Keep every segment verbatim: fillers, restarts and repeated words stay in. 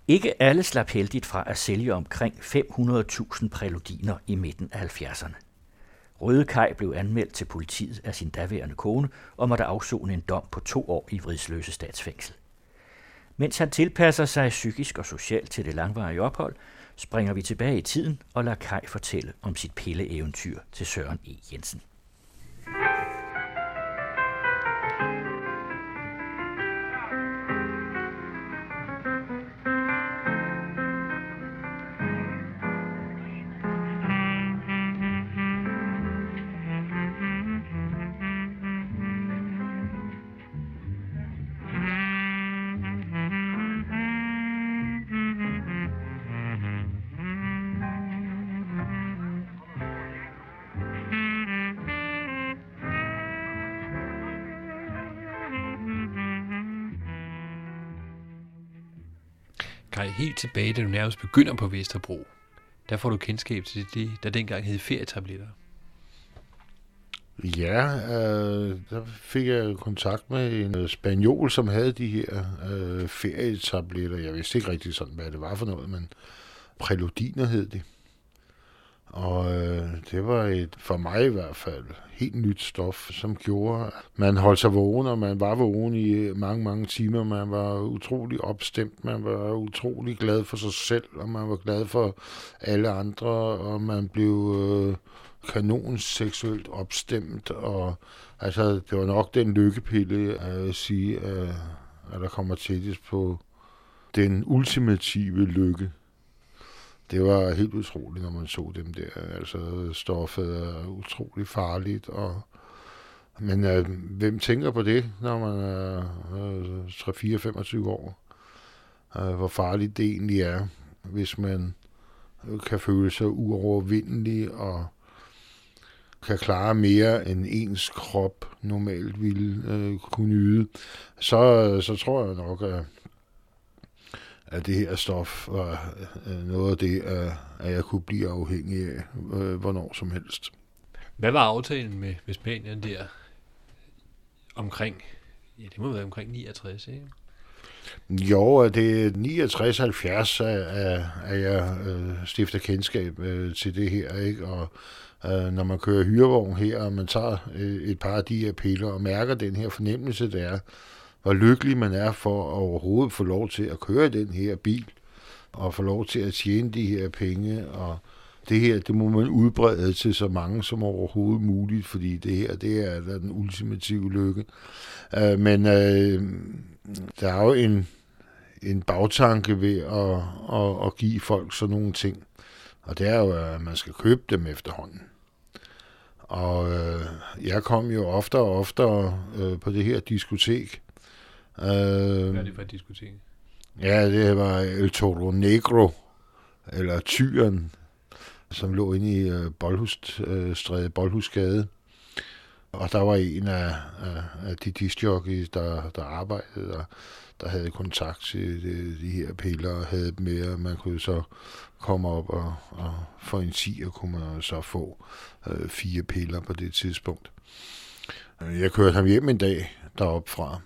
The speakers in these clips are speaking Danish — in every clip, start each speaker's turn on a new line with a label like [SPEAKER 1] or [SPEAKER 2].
[SPEAKER 1] Ikke alle slap heldigt fra at sælge omkring fem hundrede tusind præludiner i midten af halvfjerdserne. Røde Kaj blev anmeldt til politiet af sin daværende kone og måtte afsone en dom på to år i Vridsløse Statsfængsel. Mens han tilpasser sig psykisk og socialt til det langvarige ophold, springer vi tilbage i tiden og lader Kaj fortælle om sit pilleeventyr til Søren E. Jensen.
[SPEAKER 2] Kaj, helt tilbage, da du nærmest begynder på Vesterbro, der får du kendskab til det, der dengang hed ferietabletter.
[SPEAKER 3] Ja, øh, der fik jeg kontakt med en spanjol, som havde de her øh, ferietabletter. Jeg vidste ikke rigtig sådan, hvad det var for noget, men præludiner hed det. Og øh, det var et, for mig i hvert fald, helt nyt stof, som gjorde, at man holdt sig vågen, og man var vågen i mange, mange timer. Man var utrolig opstemt, man var utrolig glad for sig selv, og man var glad for alle andre, og man blev øh, kanon seksuelt opstemt. Og altså, det var nok den lykkepille, at jeg sige, at, at der kommer tættest på den ultimative lykke. Det var helt utroligt, når man så dem der. Altså, stoffet er utrolig farligt. Og men øh, hvem tænker på det, når man er øh, tre fire femogtyve år? Øh, hvor farligt det egentlig er, hvis man kan føle sig uovervindelig og kan klare mere, end ens krop normalt ville øh, kunne yde. Så, så tror jeg nok, at at det her stof var noget af det, at jeg kunne blive afhængig af, hvornår som helst.
[SPEAKER 2] Hvad var aftalen med, med Spanien der omkring, ja, det må være omkring niogtres, ikke?
[SPEAKER 3] Jo, det er niogtres halvfjerds, at, at jeg øh, stifter kendskab øh, til det her, ikke? Og øh, når man kører hyrevogn her, og man tager øh, et par af de her piller og mærker den her fornemmelse, der er, hvor lykkelig man er for at overhovedet få lov til at køre den her bil, og få lov til at tjene de her penge, og det her, det må man udbrede til så mange som overhovedet muligt, fordi det her, det er den ultimative lykke. Uh, men uh, der er jo en, en bagtanke ved at, at, at give folk sådan nogle ting, og det er jo, at man skal købe dem efterhånden. Og uh, jeg kom jo oftere og oftere uh, på det her diskotek.
[SPEAKER 2] Hvad er det for et diskotek?
[SPEAKER 3] Ja, det var El Toro Negro, eller Tyren, som lå inde i uh, Boldhusstræde, Boldhusgade. Og der var en af, af, af de discjockeys, der, der arbejdede, der, der havde kontakt til de, de her piller og havde dem med, og man kunne så komme op og, og for en tier kunne man så få uh, fire piller på det tidspunkt. Jeg kørte ham hjem en dag deroppe fra.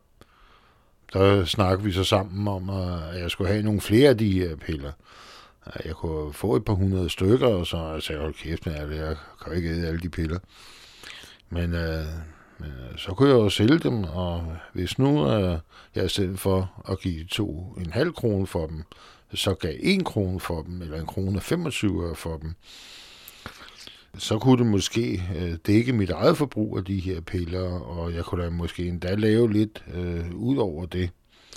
[SPEAKER 3] Der snakkede vi så sammen om, at jeg skulle have nogle flere af de her piller. Jeg kunne få et par hundrede stykker, og så jeg sagde, hold kæft, jeg kan ikke æde alle de piller. Men, øh, men så kunne jeg jo sælge dem, og hvis nu øh, jeg i stedet for at give to en halv krone for dem, så gav en krone for dem, eller en krone og femogtyve for dem, så kunne det måske øh, dække mit eget forbrug af de her piller, og jeg kunne da måske endda lave lidt øh, ud over det.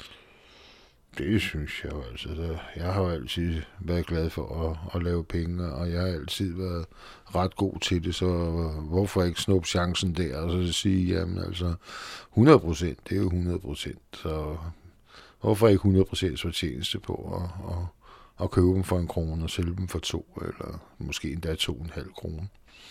[SPEAKER 3] Det synes jeg jo altså. Jeg har jo altid været glad for at, at lave penge, og jeg har altid været ret god til det, så hvorfor ikke snuppe chancen der, og så sige, jamen altså, hundrede procent, det er jo hundrede procent, så hvorfor ikke hundrede procent fortjeneste på at, at, at købe dem for en krone og sælge dem for to, eller måske endda to og en halv krone.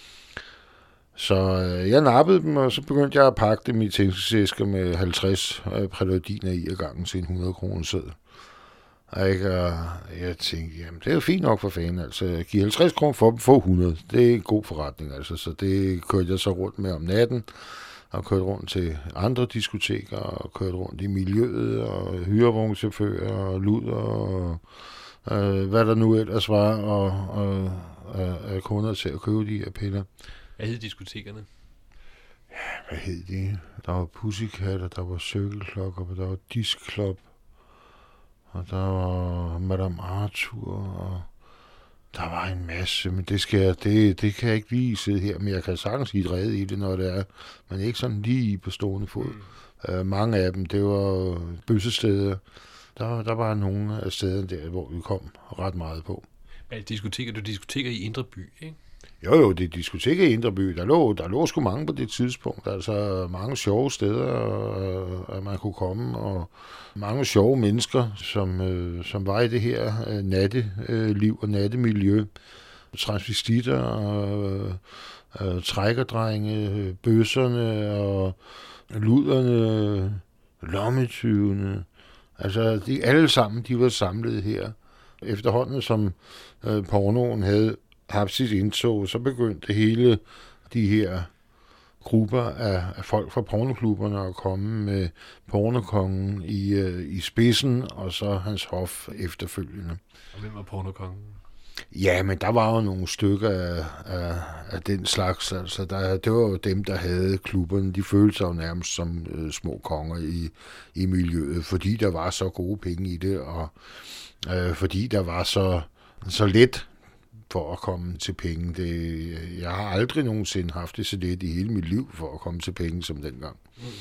[SPEAKER 3] Så øh, jeg nappede dem, og så begyndte jeg at pakke dem i tænkelsesæsker med halvtreds øh, præludiner i ad gangen til en hundrede kroner sæd. Og jeg, jeg tænkte, jamen det er jo fint nok for fanden, altså jeg giver halvtreds kroner for dem, få hundrede. Det er en god forretning, altså, så det kørte jeg så rundt med om natten. og kørte rundt til andre diskoteker, og kørte rundt i miljøet, og hyrevognschauffører, og luder, og øh, hvad der nu ellers var, og, og, og, og kunder til at købe de her piller.
[SPEAKER 2] Hvad hed diskotekerne?
[SPEAKER 3] Ja, hvad hed de? Der var Pussycat, og der var Cirkelklokker, og der var Disc Club, og der var Madame Arthur, og der var en masse, men det, skal jeg, det, det kan jeg ikke lige sidde her, men jeg kan sagtens give et redde i det, når det er, men ikke sådan lige på stående fod. Mm. Uh, mange af dem, det var bøssesteder. Der, der var nogle af stederne der, hvor vi kom ret meget på.
[SPEAKER 2] Men diskoteker, du diskoteker i Indre By, ikke?
[SPEAKER 3] Jo, jo, det er diskoteker i Indre By. Der lå, der lå sgu mange på det tidspunkt. Altså mange sjove steder, at man kunne komme, og mange sjove mennesker, som, øh, som var i det her øh, natteliv og nattemiljø. Transvestitter og øh, trækkerdrenge, bøsserne og luderne, lommetyvene. Altså, de alle sammen, de var samlet her. Efterhånden, som øh, pornoen havde haft sit indtog, så begyndte hele de her grupper af, af folk fra pornoklubberne at komme med pornokongen i, øh, i spidsen, og så hans hof efterfølgende.
[SPEAKER 2] Og hvem var pornokongen?
[SPEAKER 3] Ja, men der var jo nogle stykker af, af, af den slags. Altså, der, det var jo dem, der havde klubberne. De følte sig jo nærmest som øh, små konger i, i miljøet, fordi der var så gode penge i det, og øh, fordi der var så, så let for at komme til penge. Det, jeg har aldrig nogensinde haft det så let i hele mit liv for at komme til penge som dengang.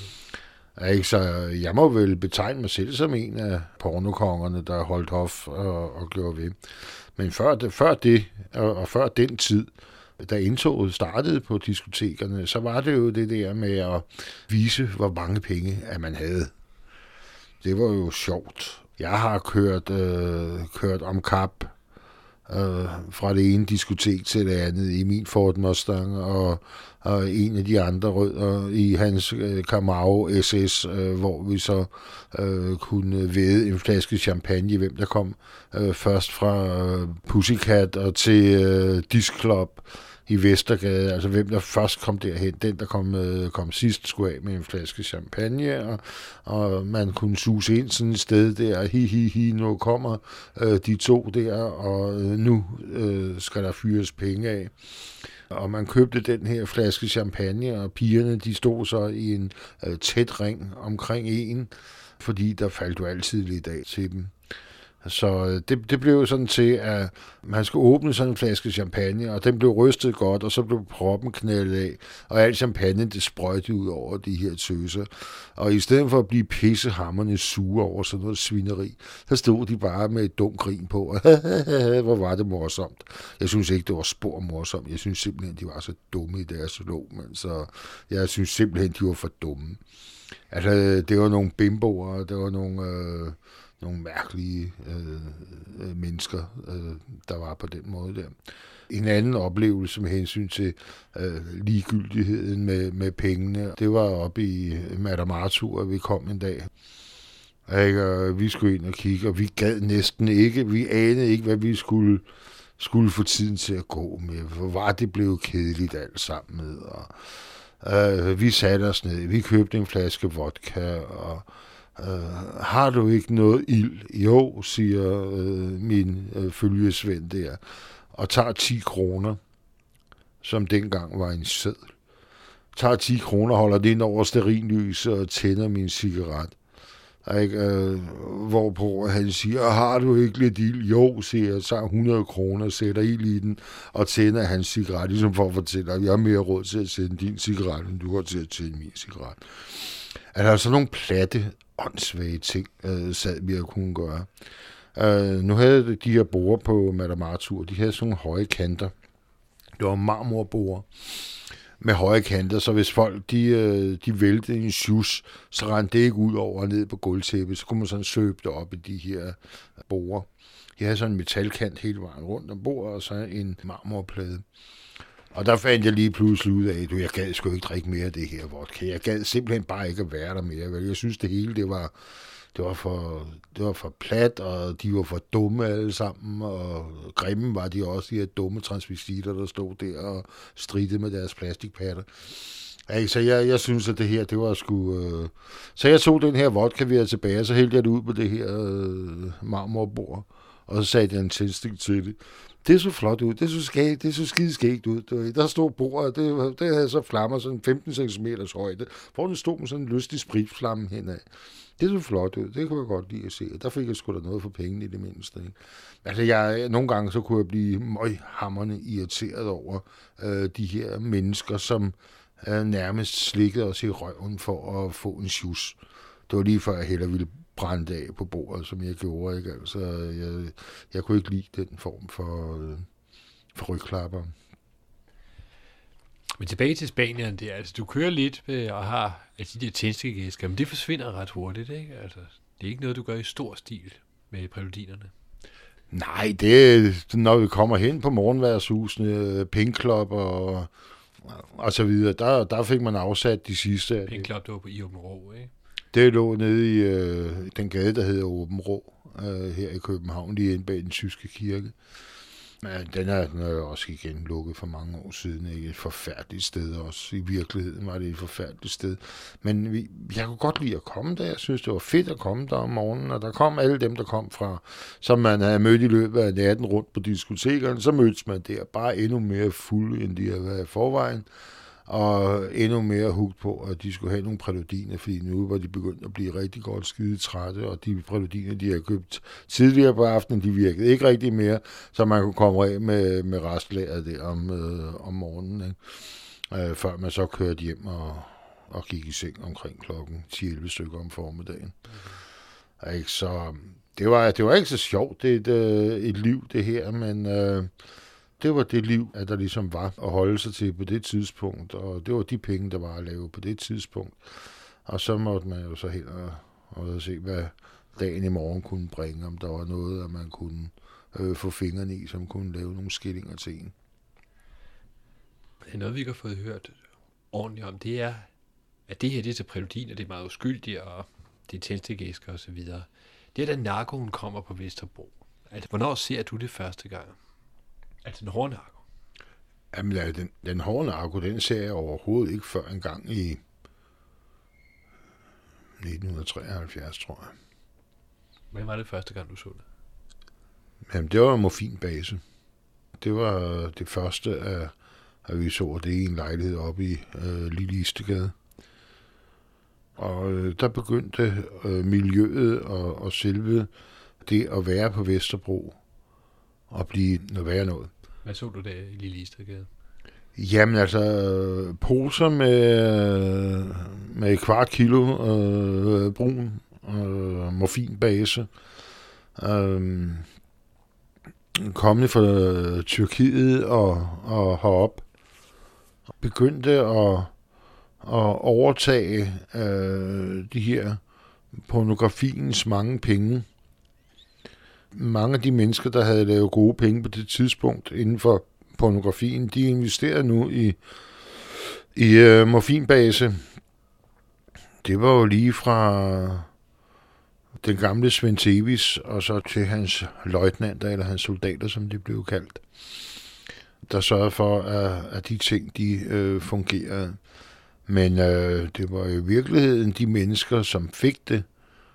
[SPEAKER 3] Mm. Ikke, så jeg må vel betegne mig selv som en af pornokongerne, der holdt hof og, og gjorde ved. Men før det, før det og, og før den tid, da indtoget startede på diskotekerne, så var det jo det der med at vise, hvor mange penge at man havde. Det var jo sjovt. Jeg har kørt, øh, kørt om kap øh, fra det ene diskotek til det andet i min Ford Mustang, og, og en af de andre rødder i hans øh, Camaro S S, øh, hvor vi så øh, kunne væde en flaske champagne, hvem der kom øh, først fra øh, Pussycat og til øh, Disc Club i Vestergade, altså hvem der først kom derhen. Den, der kom, øh, kom sidst, skulle af med en flaske champagne, og, og man kunne suse ind sådan et sted der, hi, hi, hi, nu kommer øh, de to der, og øh, nu øh, skal der fyres penge af. Og man købte den her flaske champagne, og pigerne, de stod så i en øh, tæt ring omkring en, fordi der faldt jo altid lidt af til dem. Så det, det blev sådan til, at man skulle åbne sådan en flaske champagne, og den blev rystet godt, og så blev proppen knældet af, og alt champagne, det sprøjtede ud over de her tøser. Og i stedet for at blive pissehamrende sure over sådan noget svineri, så stod de bare med et dumt grin på, og hvor var det morsomt. Jeg synes ikke, det var spor morsomt. Jeg synes simpelthen, de var så dumme i deres lov, men så jeg synes simpelthen, de var for dumme. Altså, det var nogle bimboer, det var nogle... Øh, nogle mærkelige øh, mennesker, øh, der var på den måde der. En anden oplevelse med hensyn til øh, ligegyldigheden med, med pengene, det var oppe i Madame Arthur, at vi kom en dag. Og vi skulle ind og kigge, og vi gad næsten ikke, vi anede ikke, hvad vi skulle, skulle få tiden til at gå med. For var det blevet kedeligt alt sammen med. Og, øh, vi satte os ned, vi købte en flaske vodka, og Uh, har du ikke noget ild? Jo, siger uh, min uh, følgesvend der, og tager ti kroner, som dengang var en seddel. Tager ti kroner, holder det ind over stearinlyset og tænder min cigaret. Uh, hvorpå han siger, har du ikke lidt ild? Jo, siger jeg, tager hundrede kroner, sætter ild i den og tænder hans cigaret, ligesom for at fortælle, at jeg har mere råd til at tænde din cigaret, end du har til at tænde min cigaret. Altså sådan nogle platte, åndssvage ting, øh, sad vi at kunne gøre. Øh, nu havde de her borer på Madame Arthur, de havde sådan nogle høje kanter. Det var marmorborer med høje kanter, så hvis folk de, øh, de væltede en sjus, så rendte det ikke ud over og ned på gulvtæppet, så kunne man sådan søbe det op i de her borer. De havde sådan en metalkant hele vejen rundt om bordet, og så en marmorplade. Og der fandt jeg lige pludselig ud af, at jeg gad sgu ikke drikke mere af det her vodka. Jeg gad simpelthen bare ikke at være der mere. Vel? Jeg synes, det hele det var, det var, for, det var for plat, og de var for dumme alle sammen. Og grimme var de også, de her dumme transvestitter, der stod der og stridede med deres plastikpatter. Ja, så jeg, jeg synes, at det her, det var sgu... Øh... Så jeg tog den her vodka, vi havde tilbage, og så hældte jeg det ud på det her øh, marmorbord, og så satte jeg en tændstik til det. Det så flot ud. Det så, skæg, det så skide skægt ud. Det, der stod bordet, det, det havde så flammer sådan femten centimeter højde, hvor den stod med sådan en lystig spritflamme henad. Det så flot ud. Det kunne jeg godt lide at se. Der fik jeg sgu da noget for pengene i det mindste. Ikke? Altså, jeg, nogle gange så kunne jeg blive møghamrende irriteret over øh, de her mennesker, som øh, nærmest slikkede os i røven for at få en sjus. Det var lige før, jeg hellere ville brænde af på bordet, som jeg gjorde. Ikke? Altså, jeg, jeg kunne ikke lide den form for, øh, for rygklapper.
[SPEAKER 2] Men tilbage til Spanien, det er, altså, du kører lidt med, og har altså, de der tændstikæsker, men det forsvinder ret hurtigt, ikke? Altså, det er ikke noget, du gør i stor stil med præludinerne.
[SPEAKER 3] Nej, det når vi kommer hen på morgenværshusene, Pink Club og, og så videre, der, der fik man afsat de sidste.
[SPEAKER 2] Pink Club, det var på i Åben Rå, ikke?
[SPEAKER 3] Det lå nede i øh, den gade, der hedder Åben Rå, øh, her i København, lige inde bag den tyske kirke. Ja, den er, den er også igen lukket for mange år siden. Ikke? Et forfærdeligt sted også. I virkeligheden var det et forfærdeligt sted. Men vi, jeg kunne godt lide at komme der. Jeg synes, det var fedt at komme der om morgenen. Og der kom alle dem, der kom fra, som man havde mødt i løbet af natten rundt på diskotekerne. Så mødtes man der bare endnu mere fuld, end de havde været i forvejen. Og endnu mere hugt på, at de skulle have nogle præludiner, fordi nu var de begyndt at blive rigtig godt skide trætte, og de præludiner, de havde købt tidligere på aftenen, de virkede ikke rigtig mere, så man kunne komme af med, med restlæret der om, øh, om morgenen, ikke? Øh, før man så kørte hjem og, og gik i seng omkring klokken ti elleve stykker om formiddagen. Mm. Ikke? Så det var, det var ikke så sjovt, det er et, øh, et liv, det her, men... Øh, Det var det liv, at der ligesom var at holde sig til på det tidspunkt, og det var de penge, der var at lave på det tidspunkt. Og så måtte man jo så hen og, og se, hvad dagen i morgen kunne bringe, om der var noget, at man kunne øh, få fingrene i, som kunne lave nogle skillinger til en.
[SPEAKER 2] Det er noget, vi ikke har fået hørt ordentligt om, det er, at det her det er til præludiner, det er meget uskyldigt, og det er tændstikæsker og så videre. Det er, da narkoen kommer på Vesterbro. Altså, hvornår ser du det første gang? Altså den hårde narko?
[SPEAKER 3] Jamen, ja, den, den hårde narko, den ser jeg overhovedet ikke før en gang i nitten treoghalvfjerds, tror jeg.
[SPEAKER 2] Hvad var det første gang, du så det?
[SPEAKER 3] Jamen, det var morfinbase. Det var det første, at, at vi så det i en lejlighed oppe i øh, Lille Istegade. Og øh, der begyndte øh, miljøet og, og selve det at være på Vesterbro og blive noget værre noget.
[SPEAKER 2] Hvad så du der i Lille Istegade?
[SPEAKER 3] Jamen altså, poser med, med et kvart kilo øh, brun øh, morfinbase, øh, kommende fra Tyrkiet og, og herop, begyndte at, at overtage øh, de her pornografiens mange penge. Mange af de mennesker, der havde lavet gode penge på det tidspunkt inden for pornografien, de investerer nu i, i uh, morfinbase. Det var jo lige fra den gamle Svend Tevis, og så til hans løjtnanter, eller hans soldater, som de blev kaldt, der sørgede for, at, at de ting, de uh, fungerede. Men uh, det var i virkeligheden de mennesker, som fik det,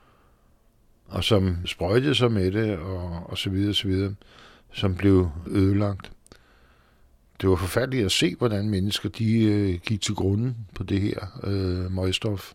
[SPEAKER 3] og som sprøjtede sig med det, og, og så videre, så videre, som blev ødelagt. Det var forfærdeligt at se, hvordan mennesker de øh, gik til grunden på det her øh, møgstof.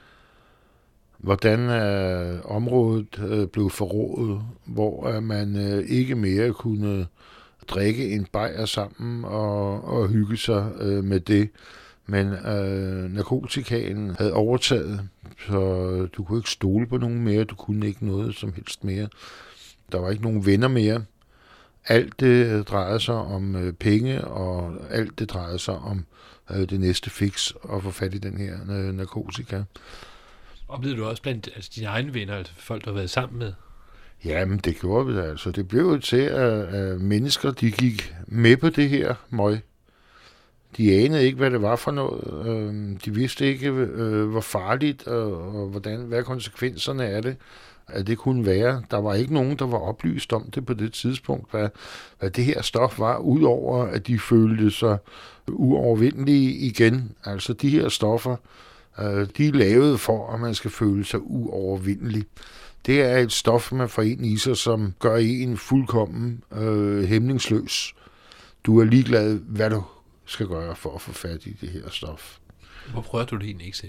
[SPEAKER 3] Hvordan øh, området øh, blev forrådet, hvor øh, man øh, ikke mere kunne drikke en bajer sammen og, og hygge sig øh, med det. Men øh, narkotikaen havde overtaget, så du kunne ikke stole på nogen mere, du kunne ikke noget som helst mere. Der var ikke nogen venner mere. Alt det drejede sig om øh, penge, og alt det drejede sig om øh, det næste fix at få fat i den her øh, narkotika.
[SPEAKER 2] Oplevede du også blandt altså, dine egne venner, altså folk, du har været sammen med?
[SPEAKER 3] Jamen, det gjorde vi da altså. Det blev jo til, at, at mennesker de gik med på det her møg. De anede ikke, hvad det var for noget. De vidste ikke, hvor farligt og hvordan, hvad konsekvenserne af det at det kunne være. Der var ikke nogen, der var oplyst om det på det tidspunkt, hvad, hvad det her stof var, udover at de følte sig uovervindelige igen. Altså de her stoffer, de er lavet for, at man skal føle sig uovervindelig. Det er et stof, man får ind i sig, som gør en fuldkommen øh, hæmningsløs. Du er ligeglad, hvad du skal gøre for at få fat i det her stof.
[SPEAKER 2] Hvor prøver du det egentlig ikke selv?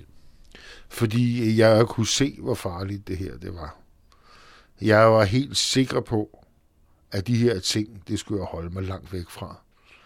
[SPEAKER 3] Fordi jeg kunne se, hvor farligt det her det var. Jeg var helt sikker på, at de her ting, det skulle jeg holde mig langt væk fra.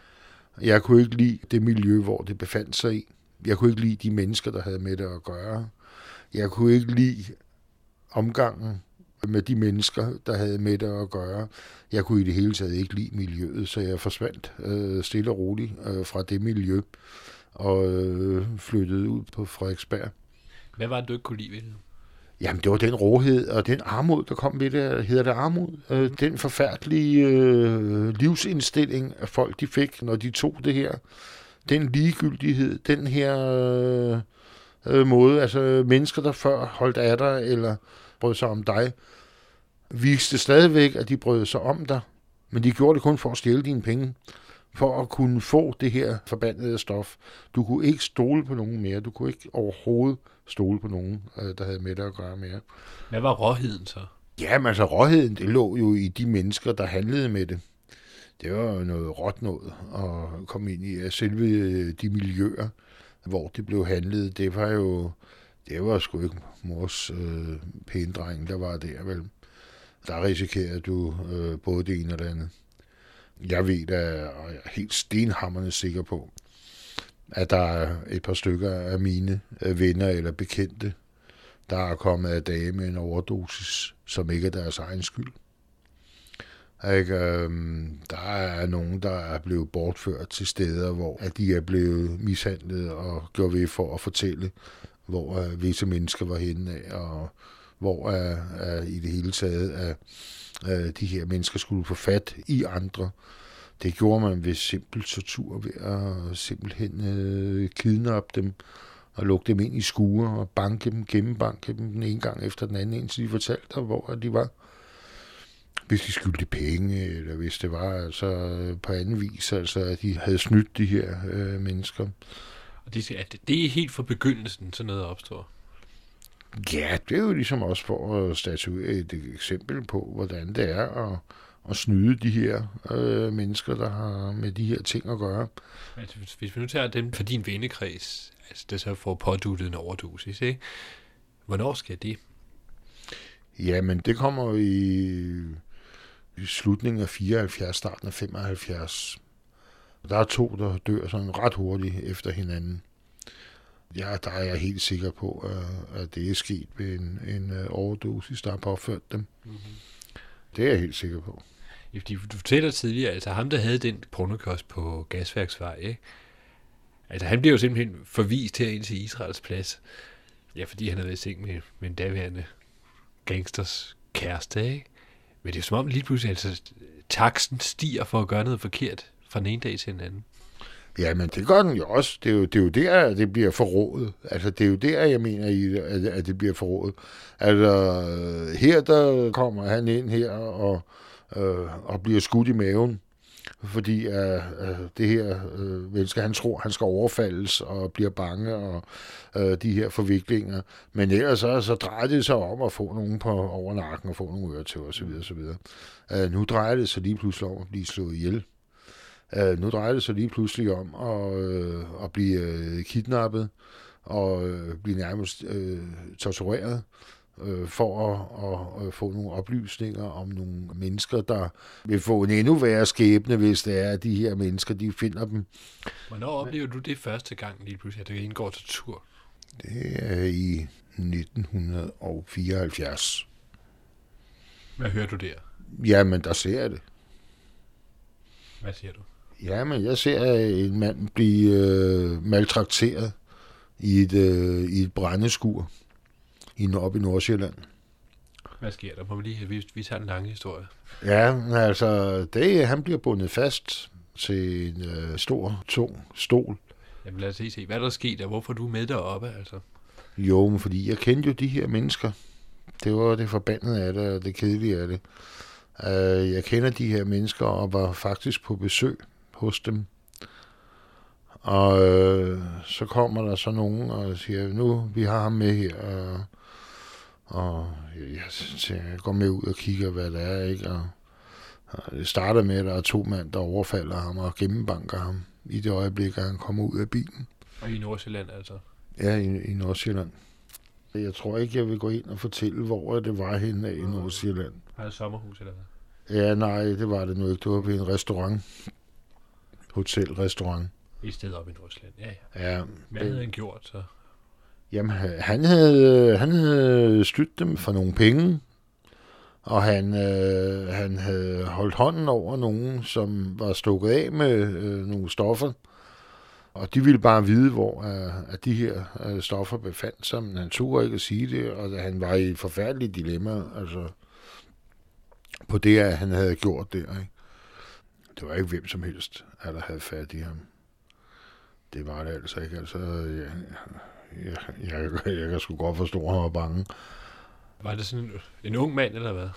[SPEAKER 3] Jeg kunne ikke lide det miljø, hvor det befandt sig i. Jeg kunne ikke lide de mennesker, der havde med det at gøre. Jeg kunne ikke lide omgangen med de mennesker, der havde med det at gøre. Jeg kunne i det hele taget ikke lide miljøet, så jeg forsvandt øh, stille og roligt øh, fra det miljø og øh, flyttede ud på Frederiksberg.
[SPEAKER 2] Hvad var det, du ikke kunne lide ved det?
[SPEAKER 3] Jamen, det var den råhed og den armod, der kom ved det. Hedder det armod? Øh, den forfærdelige øh, livsindstilling, at folk de fik, når de tog det her. Den ligegyldighed, den her øh, øh, måde, altså mennesker, der før holdt af dig eller brød sig om dig, viste stadigvæk, at de brød sig om dig, men de gjorde det kun for at stjæle dine penge, for at kunne få det her forbandede stof. Du kunne ikke stole på nogen mere. Du kunne ikke overhovedet stole på nogen, der havde med det at gøre mere.
[SPEAKER 2] Hvad var råheden så?
[SPEAKER 3] Jamen altså, råheden, det lå jo i de mennesker, der handlede med det. Det var jo noget råt noget at komme ind i. Selve de miljøer, hvor det blev handlet, det var jo, det var sgu ikke mors øh, pæne dreng, der var der, vel. Der risikerede du øh, både det ene og det andet. Jeg ved da, og jeg er helt stenhamrende sikker på, at der er et par stykker af mine venner eller bekendte, der er kommet af dage med en overdosis, som ikke er deres egen skyld. Ikke? Der er nogen, der er blevet bortført til steder, hvor at de er blevet mishandlet og gjort ved for at fortælle, hvor visse mennesker var henne af, og hvor er, er i det hele taget at, at de her mennesker skulle få fat i andre. Det gjorde man ved simpel tortur, ved at simpelthen øh, kidnappe dem og lukke dem ind i skure og banke dem, gennembanke dem den ene gang efter den anden, indtil de fortalte dig, hvor de var. Hvis de skyldte penge, eller hvis det var altså på anden vis, altså at de havde snydt de her øh, mennesker.
[SPEAKER 2] Og det, det er helt fra begyndelsen, sådan noget opstår?
[SPEAKER 3] Ja, det er jo ligesom også for at statuere et eksempel på, hvordan det er at, at snyde de her øh, mennesker, der har med de her ting at gøre.
[SPEAKER 2] Altså, hvis vi nu tager dem for din vennekreds, altså det så får påduttet en overdosis, ikke? Hvornår sker det?
[SPEAKER 3] Jamen, det kommer i, i slutningen af fireoghalvfjerds, starten af femoghalvfjerds. Der er to, der dør sådan ret hurtigt efter hinanden. Ja, der er jeg helt sikker på, at det er sket ved en, en overdosis, der har påført dem. Mm-hmm. Det er jeg helt sikker på.
[SPEAKER 2] Ja, fordi du fortæller tidligere, altså ham, der havde den pornokost på Gasværksvej, ikke? Altså han bliver jo simpelthen forvist her ind til Israels plads. Ja, fordi han havde været i seng med, med en daværende gangsters kæreste, ikke? Men det er som om lige pludselig, altså taksten stiger for at gøre noget forkert fra den ene dag til den anden.
[SPEAKER 3] Ja, men det gør den jo også. Det er jo, det er jo der, det bliver forrådet. Altså, det er jo der, jeg mener, i, at, at det bliver forrådet. Altså, her der kommer han ind her og, øh, og bliver skudt i maven, fordi øh, det her øh, menneske, han tror, han skal overfaldes og bliver bange og øh, de her forviklinger. Men ellers så, så drejer det sig om at få nogen på over nakken og få nogle øretøv osv. osv. Øh, nu drejer det sig lige pludselig om at blive slået ihjel. Uh, nu drejer det sig lige pludselig om at, uh, at blive uh, kidnappet og uh, blive nærmest uh, tortureret uh, for at, at, at få nogle oplysninger om nogle mennesker, der vil få en endnu værre skæbne, hvis det er, at de her mennesker, de finder dem.
[SPEAKER 2] Hvornår oplever du det første gang lige pludselig, at det indgår tortur?
[SPEAKER 3] Det er i nitten fireoghalvfjerds.
[SPEAKER 2] Hvad hører du der?
[SPEAKER 3] Jamen, der ser jeg det.
[SPEAKER 2] Hvad siger du?
[SPEAKER 3] Jamen, jeg ser en mand blive øh, maltrakteret i et, øh, i et brændeskur i, op i Nordsjælland.
[SPEAKER 2] Hvad sker der? Må vi lige vi, vi tager en lang historie.
[SPEAKER 3] Ja, altså, det, han bliver bundet fast til en øh, stor, tung stol.
[SPEAKER 2] Jamen lad os se, hvad er der sket, og hvorfor er du med deroppe, altså?
[SPEAKER 3] Jo, men fordi jeg kendte jo de her mennesker Det var det forbandede af det, og det kedelige af det. Uh, jeg kender de her mennesker, og var faktisk på besøg hos dem. Og øh, så kommer der så nogen og siger, nu, vi har ham med her, og, og jeg, jeg, jeg går med ud og kigger, hvad det er, ikke? Og, og det starter med, at der er to mænd, der overfalder ham og gennembanker ham i det øjeblik, at han kommer ud af bilen.
[SPEAKER 2] Og i Nordsjælland altså?
[SPEAKER 3] Ja, i, i Nordsjælland. Jeg tror ikke, jeg vil gå ind og fortælle, hvor det var henne af i Nordsjælland.
[SPEAKER 2] Har det sommerhus eller hvad?
[SPEAKER 3] Ja, nej, det var det nu ikke. Det var ved en restaurant. Hotel-restaurant.
[SPEAKER 2] I stedet op i Nordsjælland, ja, ja.
[SPEAKER 3] Ja.
[SPEAKER 2] Hvad havde han gjort så?
[SPEAKER 3] Jamen, han havde, han havde snydt dem for nogle penge, og han, øh, han havde holdt hånden over nogen, som var stukket af med øh, nogle stoffer, og de ville bare vide, hvor øh, at de her øh, stoffer befandt sig, men han turde ikke at sige det, og han var i et forfærdeligt dilemma, altså på det, at han havde gjort det, ikke? Det var ikke hvem som helst, der havde fat i ham. Det var det altså ikke. Altså, jeg, jeg, jeg, jeg, jeg kan sgu godt forstå, at han var bange.
[SPEAKER 2] Var det sådan en, en ung mand, eller hvad?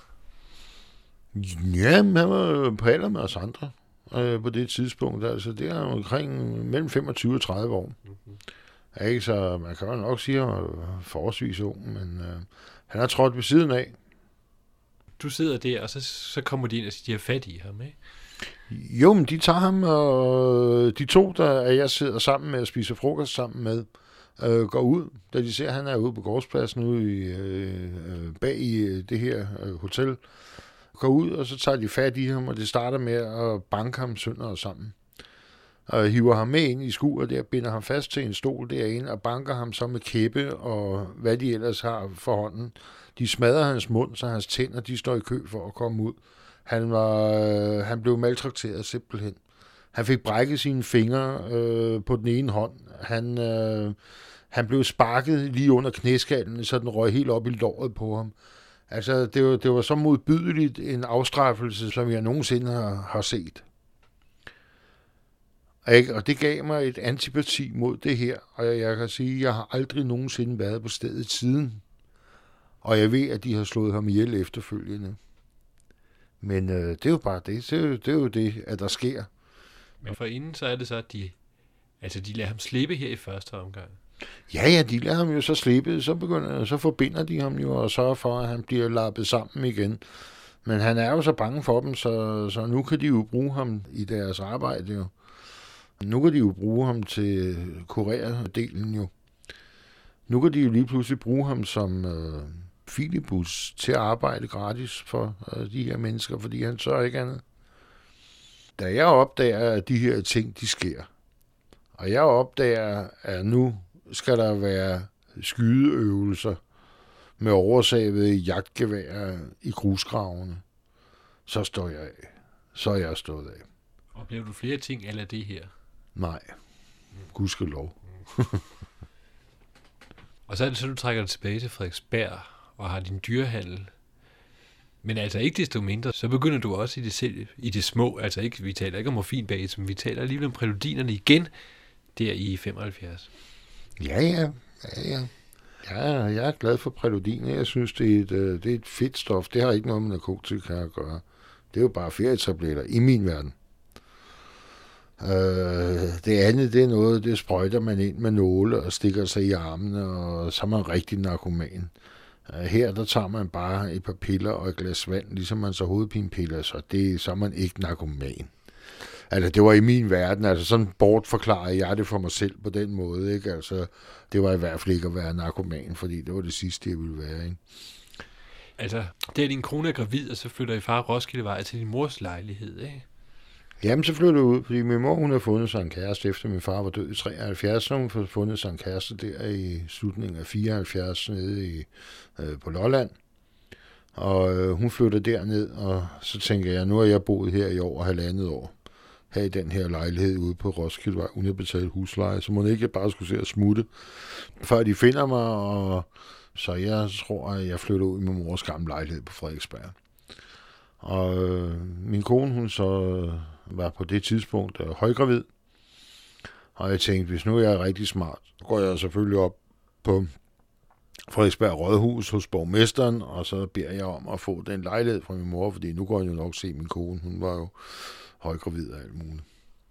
[SPEAKER 3] Ja, han var på alder med os andre øh, på det tidspunkt. Altså, det er omkring mellem femogtyve og tredive år. Mm-hmm. Ja, ikke, så man kan jo nok sige, at han var forholdsvis ung, men øh, han har trådt ved siden af.
[SPEAKER 2] Du sidder der, og så, så kommer de ind og siger, de har fat i ham, ikke?
[SPEAKER 3] Jo, men de tager ham, og de to, der jeg sidder sammen med og spiser frokost sammen med, øh, går ud, da de ser, at han er ude på gårdspladsen ude i, øh, bag i det her øh, hotel, går ud, og så tager de fat i ham, og det starter med at banke ham sønder og sammen. Og hiver ham med ind i skuret der, binder ham fast til en stol derinde, og banker ham så med kæppe, og hvad de ellers har for hånden. De smadrer hans mund, så hans tænder, de står i kø for at komme ud. Han, var, øh, han blev maltrakteret simpelthen. Han fik brækket sine fingre øh, på den ene hånd. Han, øh, han blev sparket lige under knæskallen, så den røg helt op i låret på ham. Altså, det var, det var så modbydeligt en afstraffelse, som jeg nogensinde har, har set. Ikke? Og det gav mig et antipati mod det her, og jeg, jeg kan sige, at jeg har aldrig nogensinde været på stedet siden. Og jeg ved, at de har slået ham ihjel efterfølgende. Men øh, det er jo bare det. Det er jo, det er jo det, at der sker.
[SPEAKER 2] Men for inden så er det så, at de, altså de lader ham slippe her i første omgang.
[SPEAKER 3] Ja, ja, de lader ham jo så slippe. Så, begynder, så forbinder de ham jo og sørger for, at han bliver lappet sammen igen. Men han er jo så bange for dem, så, så nu kan de jo bruge ham i deres arbejde jo. Nu kan de jo bruge ham til kurerdelen jo. Nu kan de jo lige pludselig bruge ham som øh, filibus til at arbejde gratis for øh, de her mennesker, fordi han sørger ikke andet. Da jeg opdager, at de her ting, de sker, og jeg opdager, at nu skal der være skydeøvelser med oversavede jagtgeværer i grusgravene, så står jeg af. Så er jeg stået af.
[SPEAKER 2] Oplever du flere ting eller det her?
[SPEAKER 3] Nej. Gudskelov.
[SPEAKER 2] Og så er det så, du trækker dig tilbage til Frederiksberg og har din dyrehandel. Men altså ikke desto mindre, så begynder du også i det, selv, i det små. Altså ikke, vi taler ikke om morfinbase, men vi taler alligevel om præludinerne igen der i femoghalvfjerds.
[SPEAKER 3] Ja, ja. ja, ja. Ja, jeg er glad for præludiner. Jeg synes, det er, et, det er et fedt stof. Det har ikke noget med narkotika at gøre. Det er jo bare ferietabletter i min verden. Øh, det andet, det er noget, det sprøjter man ind med nåle og stikker sig i armene, og så er man rigtig narkoman. Øh, her, der tager man bare et par piller og et glas vand, ligesom man så hovedpinepiller, så, det, så er man ikke narkoman. Altså, det var i min verden, altså sådan bortforklarer jeg det for mig selv på den måde, ikke? Altså, det var i hvert fald ikke at være narkoman, fordi det var det sidste, jeg ville være, ikke?
[SPEAKER 2] Altså, det er din kone er gravid, og så flytter I far Roskildevej til din mors lejlighed, ikke?
[SPEAKER 3] Jamen, så flyttede jeg ud, fordi min mor, hun har fundet sig en kæreste, efter min far var død i treoghalvfjerds, så hun har fundet sig en kæreste der i slutningen af fireoghalvfjerds nede i, øh, på Lolland. Og øh, hun flyttede derned, og så tænker jeg, nu har jeg boet her i over halvandet år, her i den her lejlighed ude på Roskildevej, uden at betale husleje, så må jeg ikke bare skulle se at smutte, før de finder mig, og så jeg tror, at jeg flytter ud i min mors gamle lejlighed på Frederiksberg. Og øh, min kone, hun så øh, var på det tidspunkt øh, højgravid, og jeg tænkte, hvis nu jeg er rigtig smart, så går jeg selvfølgelig op på Frederiksberg Rådhus hos borgmesteren, og så beder jeg om at få den lejlighed fra min mor, fordi nu går jeg jo nok se min kone. Hun var jo højgravid og alt muligt.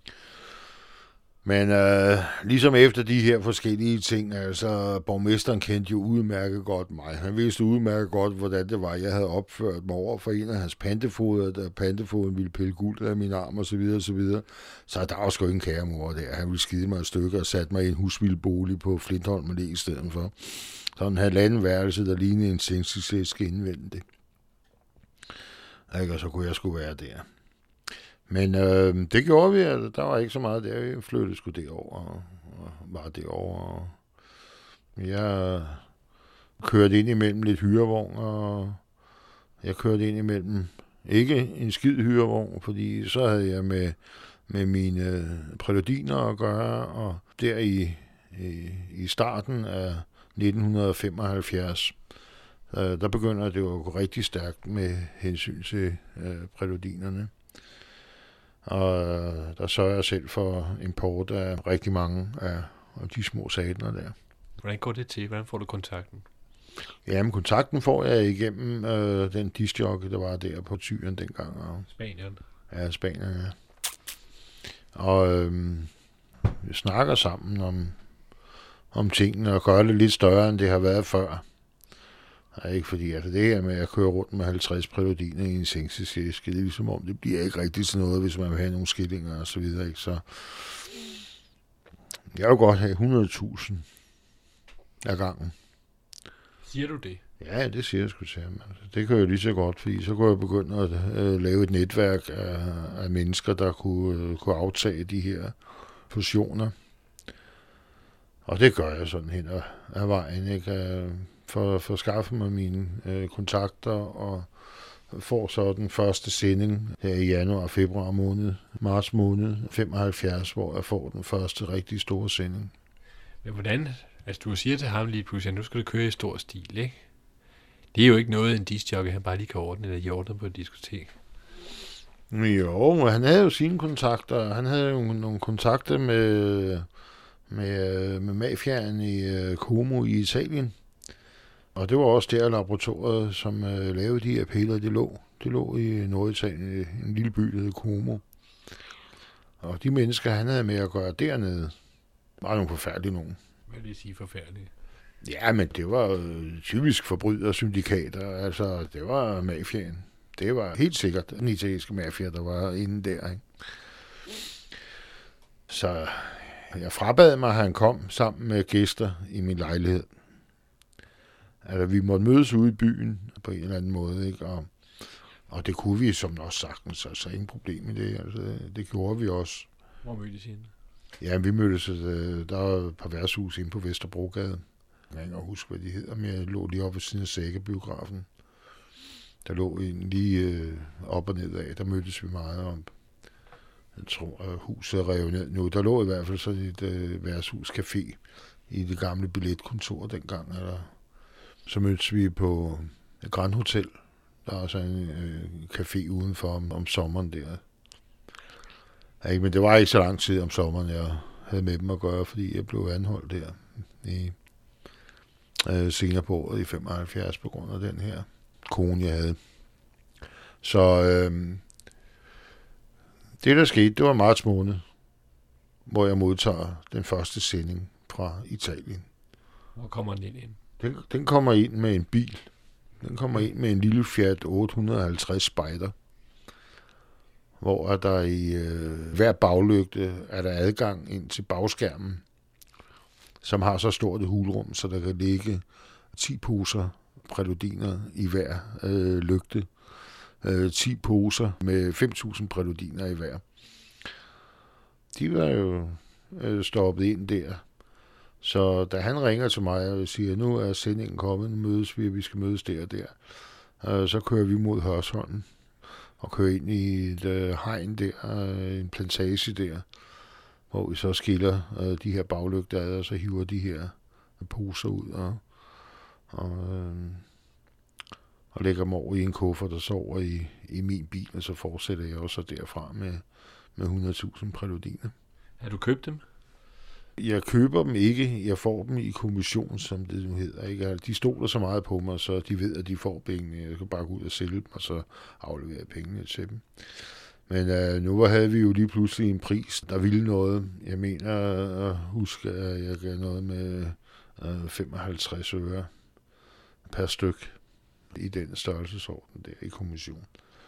[SPEAKER 3] Men øh, ligesom efter de her forskellige ting, altså borgmesteren kendte jo udmærket godt mig. Han vidste udmærket godt, hvordan det var, jeg havde opført mig over for en af hans pantefoder, der pantefoden ville pille guld af min arm og så videre og så videre. Så der var sgu ikke en kære mor der. Han ville skide mig et stykke og satte mig i en husvildbolig på Flintholm Allé i stedet for. Sådan en halvanden værelse, der lignede en sengelsesæske indvendigt. Og så kunne jeg sgu være der. Men øh, det gjorde vi, altså. Der var ikke så meget der. Vi flyttede sgu derover og, og var derovre. Og jeg kørte ind imellem lidt hyrevogn, og jeg kørte ind imellem ikke en skid hyrevogn, fordi så havde jeg med, med mine præludiner at gøre, og der i, i, i starten af nitten femoghalvfjerds, øh, der begynder det jo at gå rigtig stærkt med hensyn til øh, præludinerne. Og der sørger jeg selv for import af rigtig mange af de små satner der.
[SPEAKER 2] Hvordan går det til? Hvordan får du kontakten?
[SPEAKER 3] Jamen, kontakten får jeg igennem øh, den discjockey, der var der på Tyren dengang. Og,
[SPEAKER 2] Spanien?
[SPEAKER 3] Ja, Spanien, ja. Og øh, vi snakker sammen om, om tingene og gør det lidt større, end det har været før. Og ikke fordi, altså det her med at køre rundt med halvtreds præludiner i en sengelsesæske, det er ligesom om, det bliver ikke rigtig til noget, hvis man vil have nogle skillinger og så videre, ikke? Så jeg vil godt have hundrede tusind af gangen.
[SPEAKER 2] Siger du det?
[SPEAKER 3] Ja, det siger jeg sgu til ham. Altså, det kan jeg lige så godt, fordi så kunne jeg begynde at øh, lave et netværk af, af mennesker, der kunne, øh, kunne aftage de her fusioner. Og det gør jeg sådan hen ad, ad vejen, ikke? For, for at skaffe mig mine øh, kontakter, og får så den første sending her i januar, februar måned, marts måned femoghalvfjerds, hvor jeg får den første rigtig store sending.
[SPEAKER 2] Men hvordan, altså du siger til ham lige pludselig, at nu skal du køre i stor stil, ikke? Det er jo ikke noget, en discjockey, han bare lige kan ordne, eller i ordne på et diskotek.
[SPEAKER 3] Jo, han havde jo sine kontakter. Han havde jo nogle kontakter med, med, med mafiaen i Como i Italien. Og det var også der laboratoriet, som øh, lavede de her piller, det lå. Det lå i Norditalien, en lille by, der hed Como. Og de mennesker, han havde med at gøre dernede, var nogle forfærdelige nogen.
[SPEAKER 2] Hvad vil det sige forfærdelige?
[SPEAKER 3] Ja, men det var øh, typisk forbrydersyndikater. Altså, det var mafiaen. Det var helt sikkert den italienske mafia, der var inde der, ikke? Så jeg frabad mig, at han kom sammen med gæster i min lejlighed. Altså, vi måtte mødes ude i byen på en eller anden måde, ikke? Og, og det kunne vi som også sagtens, så altså ingen problem med det. Altså, det gjorde vi også.
[SPEAKER 2] Hvor mødtes I henne?
[SPEAKER 3] Ja, vi mødtes, der var et par værtshus inde på Vesterbrogade. Jeg kan ikke huske, hvad de hedder, men jeg lå lige oppe ved siden af Sækkebiografen. Der lå en lige øh, op og ned af, der mødtes vi meget om. Jeg tror, at huset er revet ned nu. Der lå i hvert fald sådan et øh, værtshus-café i det gamle billetkontor dengang, eller så mødtes vi på et Grand Hotel. Der er sådan en øh, café udenfor om, om sommeren der. Ja, ikke, men det var ikke så lang tid om sommeren, jeg havde med dem at gøre, fordi jeg blev anholdt der i øh, senere på året i femoghalvfjerds på grund af den her kone, jeg havde. Så øh, det, der skete, det var marts måned, hvor jeg modtager den første sending fra Italien.
[SPEAKER 2] Hvor kommer den ind ind?
[SPEAKER 3] Den, den kommer ind med en bil. Den kommer ind med en lille Fiat otte hundrede og halvtreds Spider, hvor der i øh, hver baglygte er der adgang ind til bagskærmen, som har så stort et hulrum, så der kan ligge ti poser præludiner i hver øh, lygte. Øh, ti poser med fem tusind præludiner i hver. De var jo øh, stoppet ind der. Så da han ringer til mig og siger, nu er sendingen kommet, nu mødes vi, vi skal mødes der og der, øh, så kører vi mod Hørsholm og kører ind i et øh, hegn der, øh, en plantage der, hvor vi så skiller øh, de her baglygter ad, og så hiver de her poser ud og, og, øh, og lægger dem over i en kuffert, og så over i, i min bil, og så fortsætter jeg også derfra med, med hundrede tusind præludiner.
[SPEAKER 2] Har du købt dem?
[SPEAKER 3] Jeg køber dem ikke, jeg får dem i kommission, som det nu hedder. Ikke? De stoler så meget på mig, så de ved, at de får pengene. Jeg kan bare gå ud og sælge dem, og så aflevere pengene til dem. Men øh, nu havde vi jo lige pludselig en pris, der ville noget. Jeg mener at huske, at jeg gav noget med øh, femoghalvtreds øre per styk i den størrelsesorden der i kommission.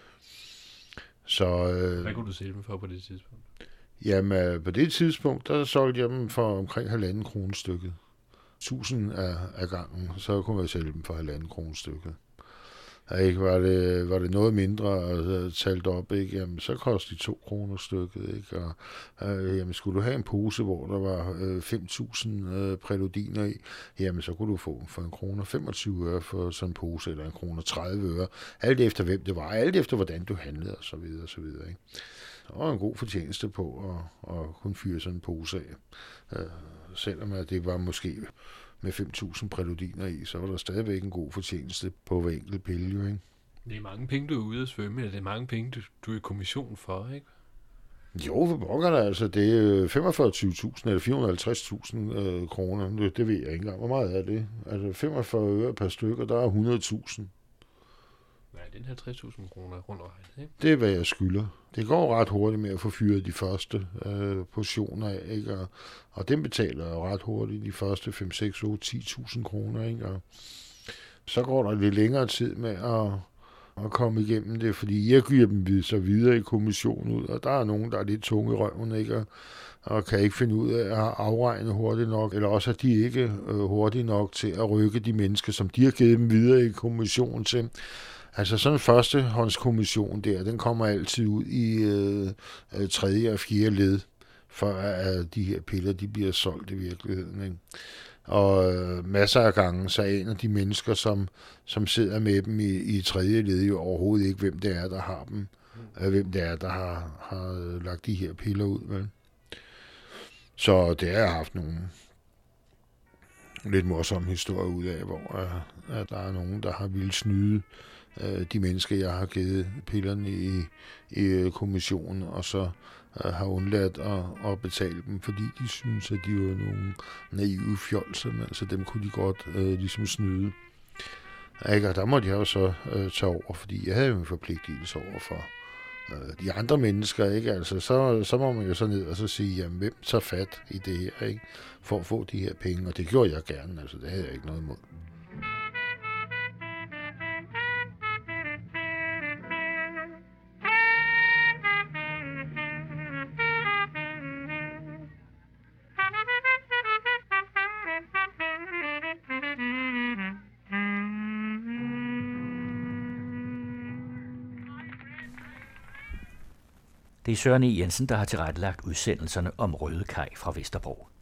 [SPEAKER 3] Så, øh,
[SPEAKER 2] Hvad kunne du sælge dem for på det tidspunkt?
[SPEAKER 3] Jamen, på det tidspunkt, der solgte jeg dem for omkring halvanden krone stykket. Tusind af, af gangen, så kunne jeg sælge dem for halvanden krone stykket. Og ikke, var, det, var det noget mindre og talt op, ikke? Jamen, så kostede de to kroner stykket. Ikke? Og, øh, jamen, skulle du have en pose, hvor der var øh, fem tusind øh, præludiner i, jamen, så kunne du få dem for en krone femogtyve øre for sådan en pose, eller en krone tredive øre. Alt efter hvem det var, alt efter hvordan du handlede, og så videre, og så videre, ikke? Der var en god fortjeneste på at, at kunne fyre sådan en pose af. Øh, selvom at det var måske med fem tusind præludiner i, så var der stadigvæk en god fortjeneste på hver enkelt pille, jo, ikke?
[SPEAKER 2] Det er mange penge, du er ude at svømme, eller det er mange penge, du, du er i kommission for, ikke?
[SPEAKER 3] Jo, for pokker der, altså, det er femogfyrre tusind eller fire hundrede og halvtreds tusind øh, kroner. Det, det ved jeg ikke engang. Hvor meget er det? Altså femogfyrre øre per stykke, der er hundrede tusind.
[SPEAKER 2] Nej, den her halvtreds tusind kroner rundt regnet, ikke?
[SPEAKER 3] Det er, hvad jeg skylder. Det går ret hurtigt med at få fyret de første øh, portioner af, ikke? Og, og dem betaler jeg ret hurtigt, de første fem, seks, otte, ti tusind kroner, ikke? Og så går der lidt længere tid med at, at komme igennem det, fordi jeg giver dem så videre i kommissionen ud, og der er nogen, der er lidt tunge i røven, ikke? Og, og kan ikke finde ud af at afregne hurtigt nok, eller også er de ikke øh, hurtigt nok til at rykke de mennesker, som de har givet dem videre i kommissionen til. Altså sådan en førstehåndskommission der, den kommer altid ud i øh, tredje og fjerde led, for at de her piller, de bliver solgt i virkeligheden, ikke? Og øh, masser af gange, så aner de mennesker, som, som sidder med dem i, i tredje led, jo overhovedet ikke, hvem det er, der har dem. Mm. Hvem det er, der har, har lagt de her piller ud, vel? Så det har jeg haft nogle lidt morsomme historier ud af, hvor øh, at der er nogen, der har ville snyde øh, de mennesker, jeg har givet pillerne i, i kommissionen, og så øh, har undladt at, at betale dem, fordi de synes, at de var nogle naive fjolser, men altså dem kunne de godt øh, ligesom snyde. Ikke? Og der måtte jeg jo så øh, tage over, fordi jeg havde jo en forpligtelse over for øh, de andre mennesker, ikke? Altså, så, så må man jo så ned og så sige, jamen, hvem tager fat i det her, ikke? For at få de her penge, og det gjorde jeg gerne, altså det havde jeg ikke noget imod.
[SPEAKER 1] Det er Søren E. Jensen, der har tilrettelagt udsendelserne om Røde Kaj fra Vesterbro.